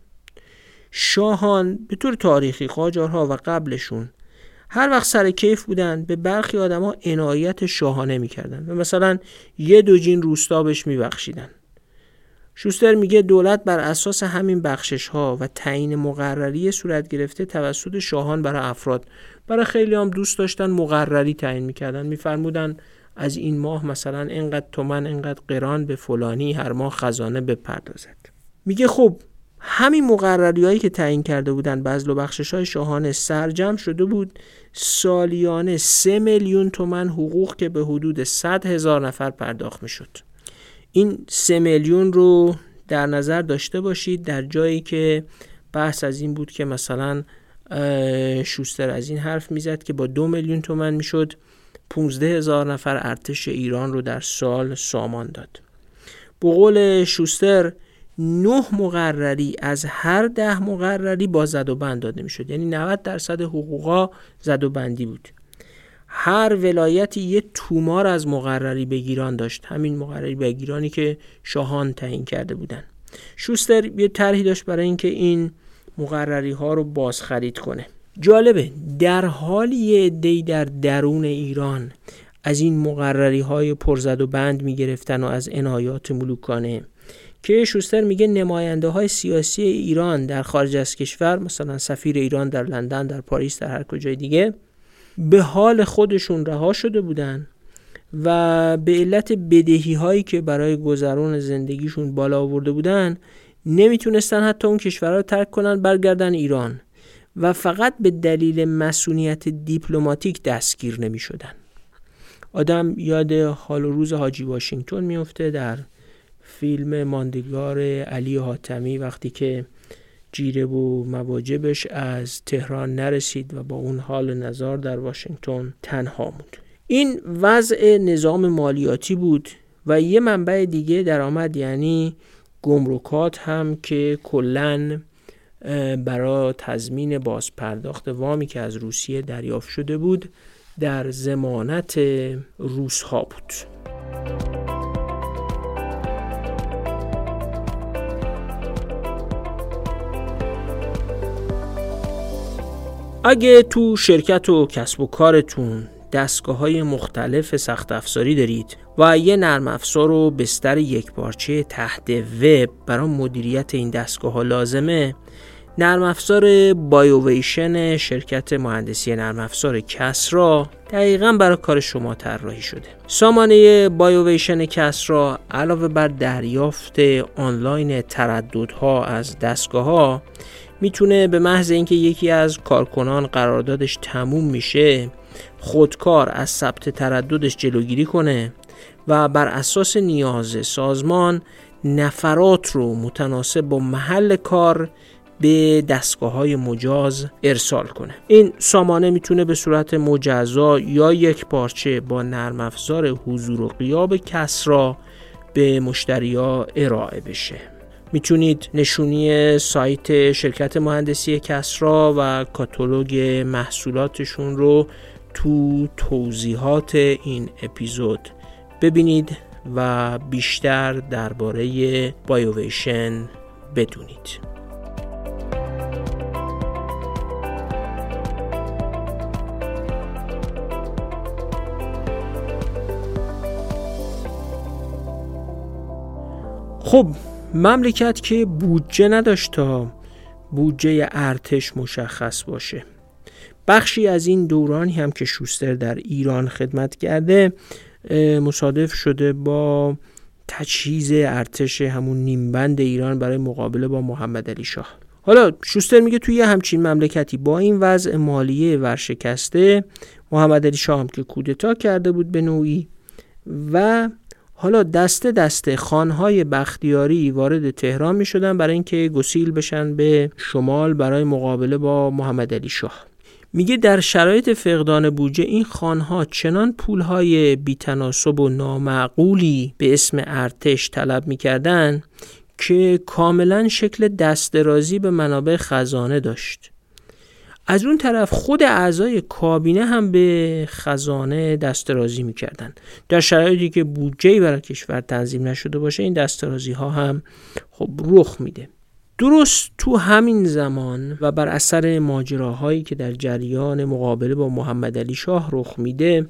شاهان به طور تاریخی، قاجارها و قبلشون، هر وقت سر کیف بودن به برخی آدما عنایت شاهانه میکردن و مثلا 1 جین روستا بهش میبخشیدن. شوستر میگه دولت بر اساس همین بخشش ها و تعیین مقرری صورت گرفته توسط شاهان برای افراد. برای خیلی هم دوست داشتن مقرری تعیین میکردن، میفرمودن از این ماه مثلا اینقدر تومن، اینقدر قران به فلانی هر ماه خزانه بپردازد. میگه خب همین مقرری هایی که تعیین کرده بودن بذل و بخشش های شاهانه سرجم شده بود سالیانه 3 میلیون تومن حقوق که به حدود 100,000 نفر پرداخت میشد. این 3 میلیون رو در نظر داشته باشید، در جایی که بحث از این بود که مثلا شوستر از این حرف میزد که با 2 میلیون تومن میشد 15,000 نفر ارتش ایران رو در سال سامان داد. به قول شوستر 9 مقرری از هر 10 مقرری با زد و بند داده میشد، یعنی 90% حقوقا زد و بندی بود. هر ولایتی یه تومار از مقرری بگیران داشت، همین مقرری بگیرانی که شاهان تعیین کرده بودن. شوستر یه طرحی داشت برای اینکه این مقرری ها رو باز خرید کنه. جالبه در حالی یه عده‌ای در درون ایران از این مقرری های پرزد و بند میگرفتن و از عنایات ملوکانه که شوستر میگه نماینده های سیاسی ایران در خارج از کشور، مثلا سفیر ایران در لندن، در پاریس، در هر کجای دیگه، به حال خودشون رها شده بودن و به علت بدهی هایی که برای گذران زندگیشون بالا آورده بودن نمیتونستن حتی اون کشورها رو ترک کنن برگردن ایران و فقط به دلیل مسئولیت دیپلماتیک دستگیر نمیشدن. آدم یاد حال و روز حاجی واشنگتن میفته در فیلم ماندگار علی حاتمی، وقتی که جیره و مواجبش از تهران نرسید و با اون حال نزار در واشنگتن تنها موند. این وضع نظام مالیاتی بود و یه منبع دیگه درآمد یعنی گمرکات هم که کلن برای تضمین بازپرداخت وامی که از روسیه دریافت شده بود در ضمانت روس‌ها بود. اگه تو شرکت و کسب و کارتون دستگاه‌های مختلف سخت افزاری دارید و یه نرم افزار و بستر یکپارچه تحت وب برای مدیریت این دستگاه‌ها لازمه، نرم افزار بایوویشن شرکت مهندسی نرم افزار کسری دقیقاً برای کار شما طراحی شده. سامانه بایوویشن کسری علاوه بر دریافت آنلاین ترددها از دستگاه‌ها میتونه به محض اینکه یکی از کارکنان قراردادش تموم میشه خودکار از ثبت ترددش جلوگیری کنه و بر اساس نیاز سازمان نفرات رو متناسب با محل کار به دستگاه‌های مجاز ارسال کنه. این سامانه میتونه به صورت مجزا یا یک پارچه با نرم افزار حضور و غیاب کسری به مشتری‌ها ارائه بشه. میتونید نشونی سایت شرکت مهندسی کسری و کاتالوگ محصولاتشون رو تو توضیحات این اپیزود ببینید و بیشتر درباره بایوویشن بدونید. خب مملکت که بودجه نداشت تا بودجه ارتش مشخص باشه. بخشی از این دورانی هم که شوستر در ایران خدمت کرده مصادف شده با تجهیز ارتش همون نیمبند ایران برای مقابله با محمد علی شاه. حالا شوستر میگه توی همچین مملکتی با این وضع مالیه ورشکسته، محمد علی شاه هم که کودتا کرده بود به نوعی و حالا دسته دسته خانهای بختیاری وارد تهران می شدن برای اینکه گسیل بشن به شمال برای مقابله با محمد علی شاه. میگه در شرایط فقدان بودجه این خانها چنان پولهای بی‌تناسب و نامعقولی به اسم ارتش طلب می‌کردن که کاملا شکل دست درازی به منابع خزانه داشت. از اون طرف خود اعضای کابینه هم به خزانه دست درازی می‌کردن. در شرایطی که بودجه‌ای برای کشور تنظیم نشده باشه این دست درازی ها هم خب رخ میده. درست تو همین زمان و بر اثر ماجراهایی که در جریان مقابله با محمد علی شاه رخ میده،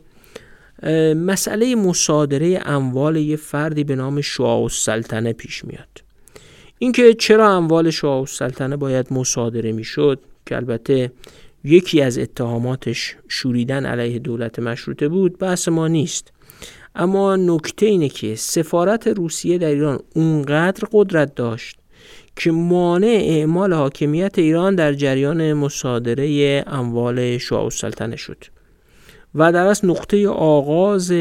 مسئله مصادره اموال یه فردی به نام شعاع السلطنه پیش میاد. اینکه چرا اموال شعاع السلطنه باید مصادره میشد که البته یکی از اتهاماتش شوریدن علیه دولت مشروطه بود بحث ما نیست، اما نکته اینه که سفارت روسیه در ایران اونقدر قدرت داشت که مانع اعمال حاکمیت ایران در جریان مصادره اموال شعاع السلطنه شد و در اصل نقطه آغاز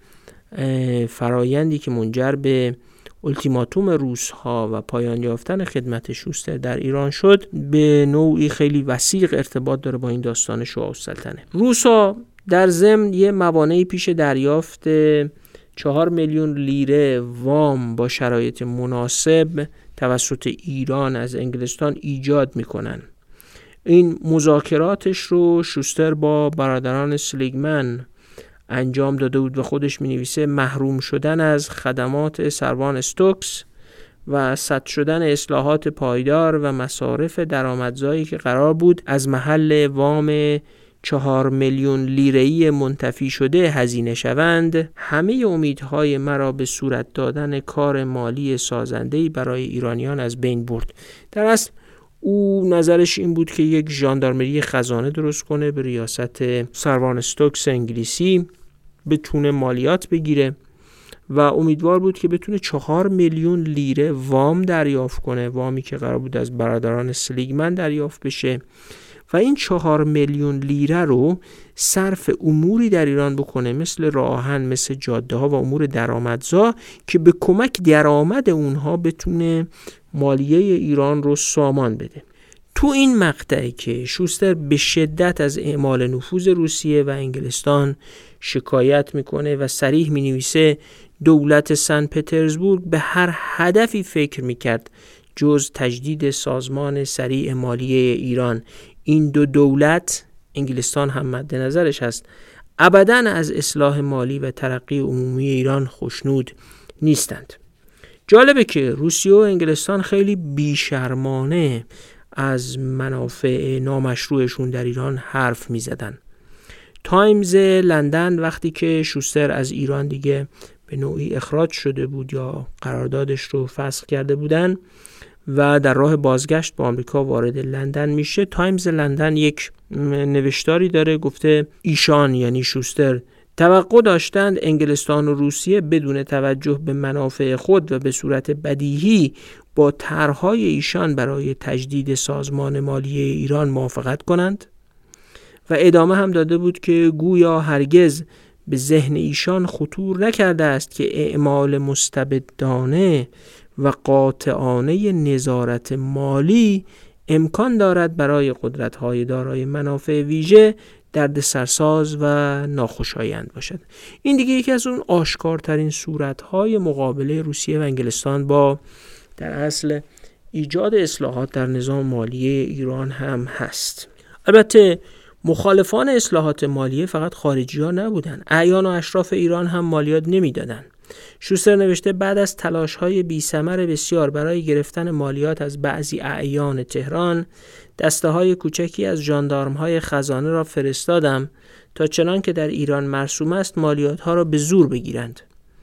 فرایندی که منجر به التیماتوم روس‌ها و پایان یافتن خدمت شوستر در ایران شد به نوعی خیلی وثیق ارتباط داره با این داستان شعاع السلطنه. روس‌ها در ضمن یه موانعی پیش دریافت 4 میلیون لیره وام با شرایط مناسب توسط ایران از انگلستان ایجاد میکنن. این مذاکراتش رو شوستر با برادران سلیگمن انجام داده بود و خودش مینویسه محروم شدن از خدمات سروان استوکس و سد شدن اصلاحات پایدار و مصارف درآمدزایی که قرار بود از محل وام 4 میلیون لیره‌ای منتفی شده هزینه شوند، همه امیدهای مرا به صورت دادن کار مالی سازنده‌ای برای ایرانیان از بین برد. در اصل او نظرش این بود که یک ژاندارمری خزانه درست کنه به ریاست سروان استوکس انگلیسی، بتونه مالیات بگیره و امیدوار بود که بتونه 4 میلیون لیره وام دریافت کنه، وامی که قرار بود از برادران سلیگمن دریافت بشه و این 4 میلیون لیره رو صرف اموری در ایران بکنه مثل راه آهن، مثل جاده ها و امور درآمدزا که به کمک درآمد اونها بتونه مالیه ایران رو سامان بده. تو این مقطعی که شوستر به شدت از اعمال نفوذ روسیه و انگلستان شکایت میکنه و صریح مینویسه دولت سن پترزبورگ به هر هدفی فکر میکرد جز تجدید سازمان سریع مالیه ایران، این دو دولت، انگلستان هم مد نظرش هست، ابداً از اصلاح مالی و ترقی عمومی ایران خوشنود نیستند. جالبه که روسیه و انگلستان خیلی بیشرمانه از منافع نامشروعشون در ایران حرف می زدن. تایمز لندن وقتی که شوستر از ایران دیگه به نوعی اخراج شده بود یا قراردادش رو فسخ کرده بودن و در راه بازگشت به آمریکا وارد لندن میشه، تایمز لندن یک نوشتاری داره، گفته ایشان یعنی شوستر توقع داشتند انگلستان و روسیه بدون توجه به منافع خود و به صورت بدیهی با طرح‌های ایشان برای تجدید سازمان مالی ایران موافقت کنند و ادامه هم داده بود که گویا هرگز به ذهن ایشان خطور نکرده است که اعمال مستبدانه و قاطعانه نظارت مالی امکان دارد برای قدرت‌های دارای منافع ویژه دردسرساز و ناخوشایند باشد. این دیگه یکی از اون آشکارترین صورت‌های مقابله روسیه و انگلستان با در اصل ایجاد اصلاحات در نظام مالی ایران هم هست. البته مخالفان اصلاحات مالیه فقط خارجی‌ها نبودن، اعیان و اشراف ایران هم مالیات نمیدادن. شوستر نوشته بعد از تلاش‌های بی‌ثمر بسیار برای گرفتن مالیات از بعضی اعیان تهران، دسته‌های کوچکی از ژاندارم‌های خزانه را فرستادم تا چنان که در ایران مرسوم است مالیات‌ها را به زور بگیرند.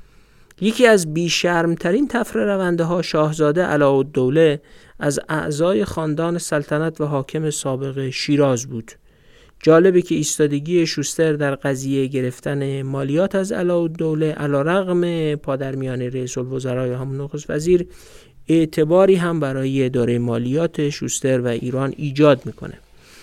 یکی از بیشرمترین طفره رونده‌ها شاهزاده علاءالدوله از اعضای خاندان سلطنت و حاکم سابق شیراز بود. جالبه که ایستادگی شوستر در قضیه گرفتن مالیات از علاءالدوله علیرغم پادرمیانی رئیس الوزراء یا همون نخست وزیر اعتباری هم برای اداره مالیات شوستر و ایران ایجاد میکنه.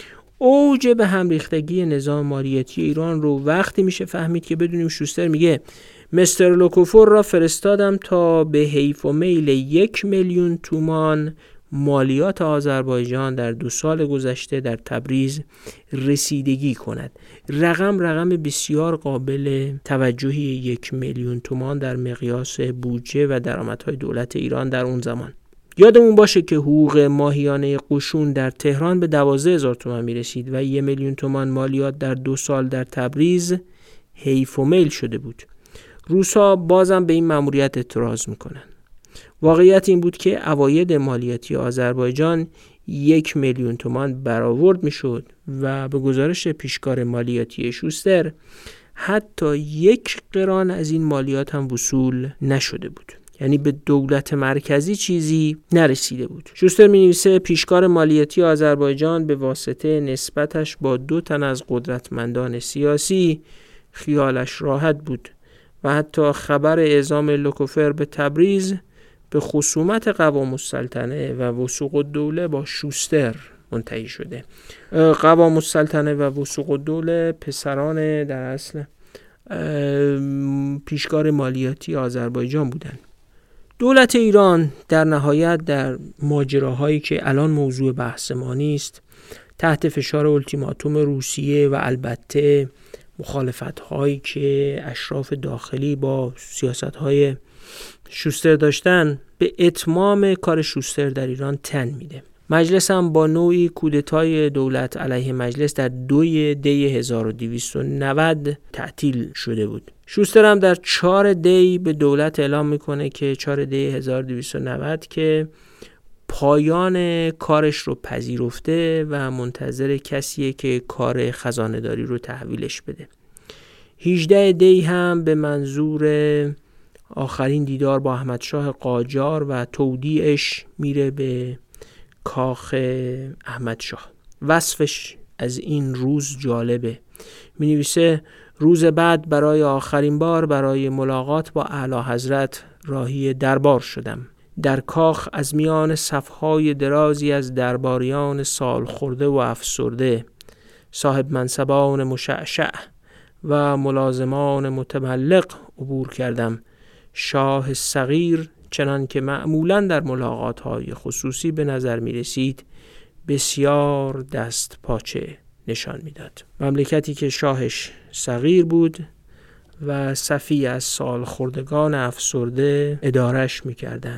اوج به هم ریختگی نظام مالیاتی ایران رو وقتی میشه فهمید که بدونیم شوستر میگه مستر لوکوفور را فرستادم تا به حیف و میل 1,000,000 تومان مالیات آذربایجان در 2 سال گذشته در تبریز رسیدگی کند. رقم بسیار قابل توجهی 1,000,000 تومان در مقیاس بودجه و درآمدهای دولت ایران در اون زمان. یادمون باشه که حقوق ماهیانه قشون در تهران به 12,000 تومان می رسید و 1,000,000 تومان مالیات در 2 سال در تبریز حیف و میل شده بود. روس‌ها بازم به این مأموریت اعتراض میکنن. واقعیت این بود که عواید مالیاتی آذربایجان 1,000,000 تومان برآورد میشد و به گزارش پیشکار مالیاتی شوستر حتی 1 قران از این مالیات هم وصول نشده بود. یعنی به دولت مرکزی چیزی نرسیده بود. شوستر می‌نویسه پیشکار مالیاتی آذربایجان به واسطه نسبتش با 2 تن از قدرتمندان سیاسی خیالش راحت بود و حتی خبر اعزام لوکوفر به تبریز به خصومت قوام السلطنه و وثوق الدوله با شوستر منتهی شده. قوام السلطنه و وثوق الدوله پسران در اصل پیشکار مالیاتی آذربایجان بودند. دولت ایران در نهایت در ماجراهایی که الان موضوع بحث ما نیست تحت فشار التیماتوم روسیه و البته مخالفت‌هایی که اشراف داخلی با سیاست‌های شوستر داشتن به اتمام کار شوستر در ایران تن میده. مجلس هم با نوعی کودتای دولت علیه مجلس در 2 دی 1290 تعطیل شده بود. شوستر هم در 4 دی به دولت اعلام میکنه که 4 دی 1290 که پایان کارش رو پذیرفته و منتظر کسیه که کار خزانه داری رو تحویلش بده. 18 دی هم به منظور آخرین دیدار با احمدشاه قاجار و تودیعش میره به کاخ احمدشاه. وصفش از این روز جالبه. می نویسه روز بعد برای آخرین بار برای ملاقات با اعلی حضرت راهی دربار شدم. در کاخ از میان صفهای درازی از درباریان سال خورده و افسرده، صاحب منصبان مشعشع و ملازمان متملق عبور کردم. شاه صغیر چنان که معمولاً در ملاقات‌های خصوصی به نظر می رسید بسیار دست پاچه نشان می داد. مملکتی که شاهش صغیر بود و صفی از سال خوردگان افسرده ادارش می کردن.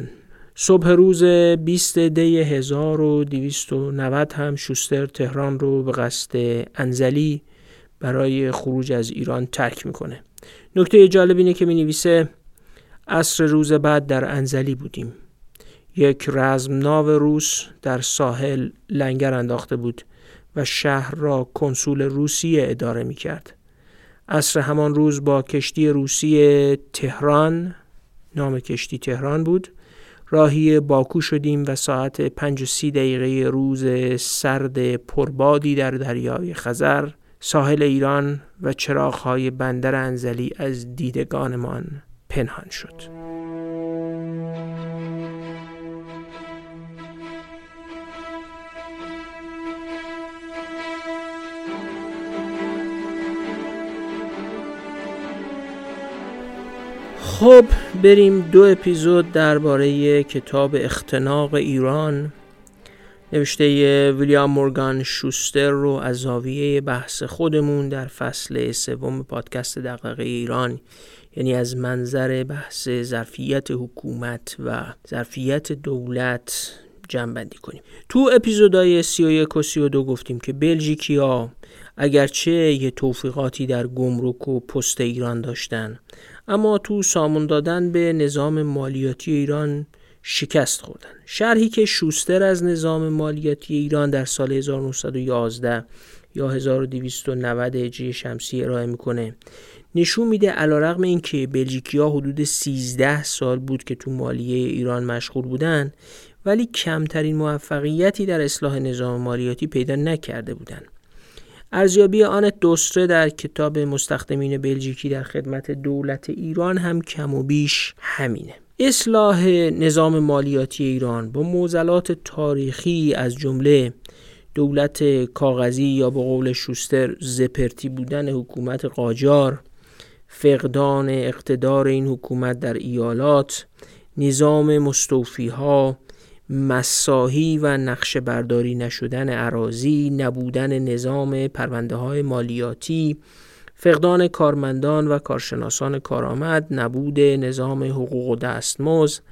صبح روز 20 دی 1290 هم شوستر تهران رو به قصد انزلی برای خروج از ایران ترک میکنه. نکته جالب اینه که می‌نویسه عصر روز بعد در انزلی بودیم. یک رزمناو روس در ساحل لنگر انداخته بود و شهر را کنسول روسیه اداره می‌کرد. عصر همان روز با کشتی روسی تهران، نام کشتی تهران بود، راهی باکو شدیم و ساعت 5:30 روز سرد پربادی در دریای خزر ساحل ایران و چراغ‌های بندر انزلی از دیدگانمان پنهان شد. خب بریم 2 اپیزود درباره کتاب اختناق ایران نوشته ویلیام مورگان شوستر رو از زاویه بحث خودمون در فصل 3 پادکست دغدغه ایران، یعنی از منظر بحث ظرفیت حکومت و ظرفیت دولت جمع‌بندی کنیم. تو اپیزودهای 31 و 32 گفتیم که بلژیکی‌ها اگرچه یه توفیقاتی در گمرک و پست ایران داشتن، اما تو سامون دادن به نظام مالیاتی ایران شکست خوردن. شرحی که شوستر از نظام مالیاتی ایران در سال 1911 یا 1290 هجری شمسی ارائه میکنه نشون میده علیرغم اینکه بلژیکی‌ها حدود 13 سال بود که تو مالیه ایران مشغول بودن، ولی کمترین موفقیتی در اصلاح نظام مالیاتی پیدا نکرده بودن. ارزیابی آنت دوستره در کتاب مستخدمین بلژیکی در خدمت دولت ایران هم کم و بیش همینه. اصلاح نظام مالیاتی ایران با معضلات تاریخی از جمله دولت کاغذی یا به قول شوستر زپرتی بودن حکومت قاجار، فقدان اقتدار این حکومت در ایالات، نظام مستوفی‌ها، مساحی و نقشه برداری نشدن اراضی، نبودن نظام پرونده‌های مالیاتی، فقدان کارمندان و کارشناسان کارآمد، نبود نظام حقوق و دستمزد،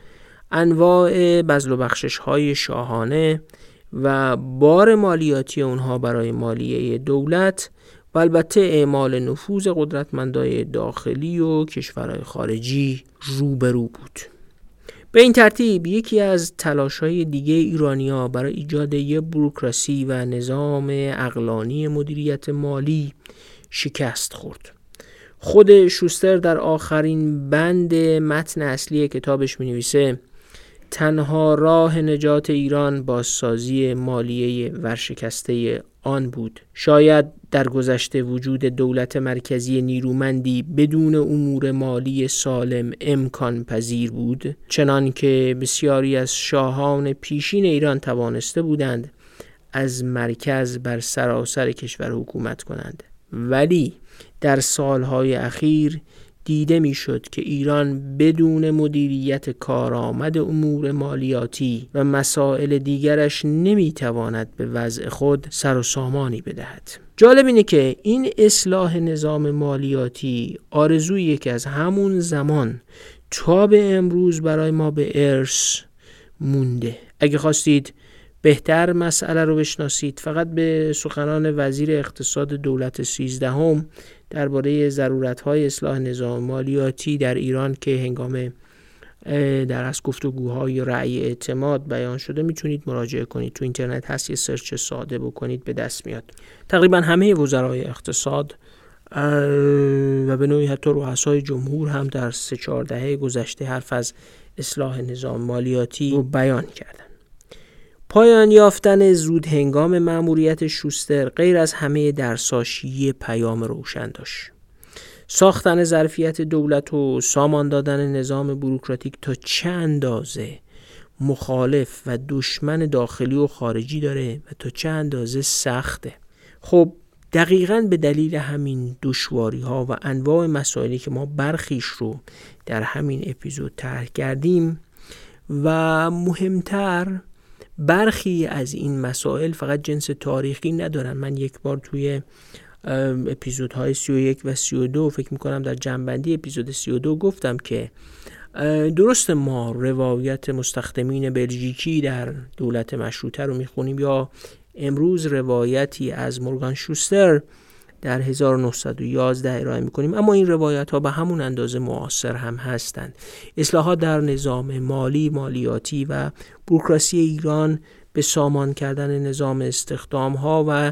انواع بذل و بخشش‌های شاهانه و بار مالیاتی اونها برای مالیه دولت و البته اعمال نفوذ قدرتمندای داخلی و کشورهای خارجی روبرو بود. به این ترتیب یکی از تلاش‌های دیگه ایرانی‌ها برای ایجاد یک بوروکراسی و نظام عقلانی مدیریت مالی شکست خورد. خود شوستر در آخرین بند متن اصلی کتابش می‌نویسه تنها راه نجات ایران بازسازی مالیه ورشکسته آن بود. شاید در گذشته وجود دولت مرکزی نیرومندی بدون امور مالی سالم امکان پذیر بود، چنان که بسیاری از شاهان پیشین ایران توانسته بودند از مرکز بر سراسر کشور حکومت کنند. ولی در سالهای اخیر دیده میشد که ایران بدون مدیریت کارآمد امور مالیاتی و مسائل دیگرش نمیتواند به وضع خود سر و سامانی بدهد. جالب اینه که این اصلاح نظام مالیاتی آرزویی که از همون زمان تا به امروز برای ما به ارث مونده. اگه خواستید بهتر مسئله رو بشناسید فقط به سخنان وزیر اقتصاد دولت 13 درباره ضرورت‌های اصلاح نظام مالیاتی در ایران که هنگام در از گفتگوهای رأی اعتماد بیان شده میتونید مراجعه کنید. تو اینترنت هست، یه سرچ ساده بکنید به دست میاد. تقریبا همه وزرای اقتصاد و به نوعی حتی رؤسای جمهور هم در 3-4 دهه گذشته حرف از اصلاح نظام مالیاتی رو بیان کردن. پایان یافتن زود هنگام مأموریت شوستر غیر از همه درساش یه پیام روشن داشت. ساختن ظرفیت دولت و سامان دادن نظام بوروکراتیک تا چه اندازه مخالف و دشمن داخلی و خارجی داره و تا چه اندازه سخته. خب دقیقاً به دلیل همین دشواری ها و انواع مسائلی که ما برخیش رو در همین اپیزود طرح کردیم و مهمتر برخی از این مسائل فقط جنس تاریخی ندارن. من یک بار توی اپیزودهای 31 و 32 فکر میکنم در جنبندی اپیزود 32 گفتم که درست ما روایت مستخدمین بلژیکی در دولت مشروطه رو میخونیم یا امروز روایتی از مورگان شوستر در 1911 ارائه میکنیم، اما این روایت ها به همون اندازه معاصر هم هستند. اصلاحات در نظام مالی، مالیاتی و بوروکراسی ایران به سامان کردن نظام استخدام ها و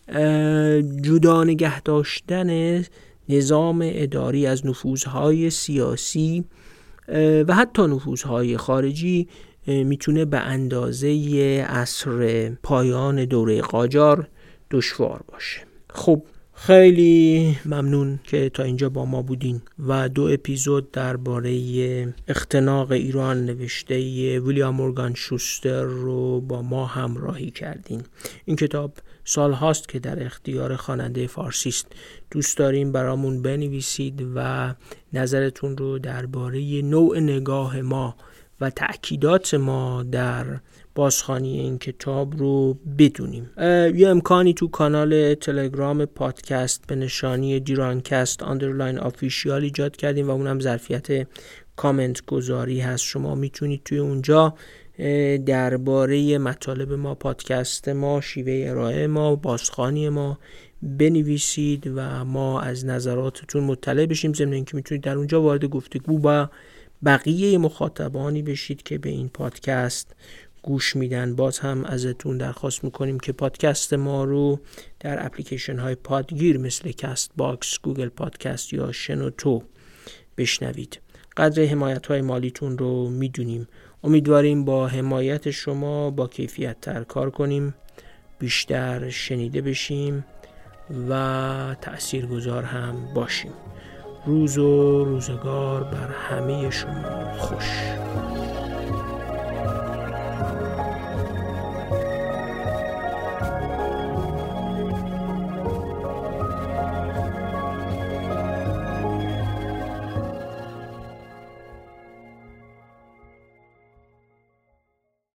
جدا نگه داشتن نظام اداری از نفوذهای سیاسی و حتی نفوذهای خارجی میتونه به اندازه عصر پایان دوره قاجار دشوار باشه. خب خیلی ممنون که تا اینجا با ما بودین و 2 اپیزود درباره اختناق ایران نوشته ویلیام مورگان شوستر رو با ما همراهی کردین. این کتاب سال هاست که در اختیار خواننده فارسی است. دوست داریم برامون بنویسید و نظرتون رو درباره نوع نگاه ما و تأکیدات ما در بازخوانی این کتاب رو بدونیم. یه امکانی تو کانال تلگرام پادکست به نشانی دیرانکست _ ایجاد کردیم و اونم ظرفیت کامنت گذاری هست. شما میتونید توی اونجا درباره مطالب ما، پادکست ما، شیوه ارائه ما، بازخوانی ما بنویسید و ما از نظراتتون مطلع بشیم. ضمن اینکه میتونید در اونجا وارد گفتگو با بقیه مخاطبانی بشید که به این پادکست گوش میدن. باز هم ازتون درخواست میکنیم که پادکست ما رو در اپلیکیشن های پادگیر مثل کست باکس، گوگل پادکست یا شنوتو بشنوید. قدر حمایت های مالیتون رو میدونیم. امیدواریم با حمایت شما با کیفیت تر کار کنیم، بیشتر شنیده بشیم و تأثیرگذار هم باشیم. روز و روزگار بر همه شما خوش.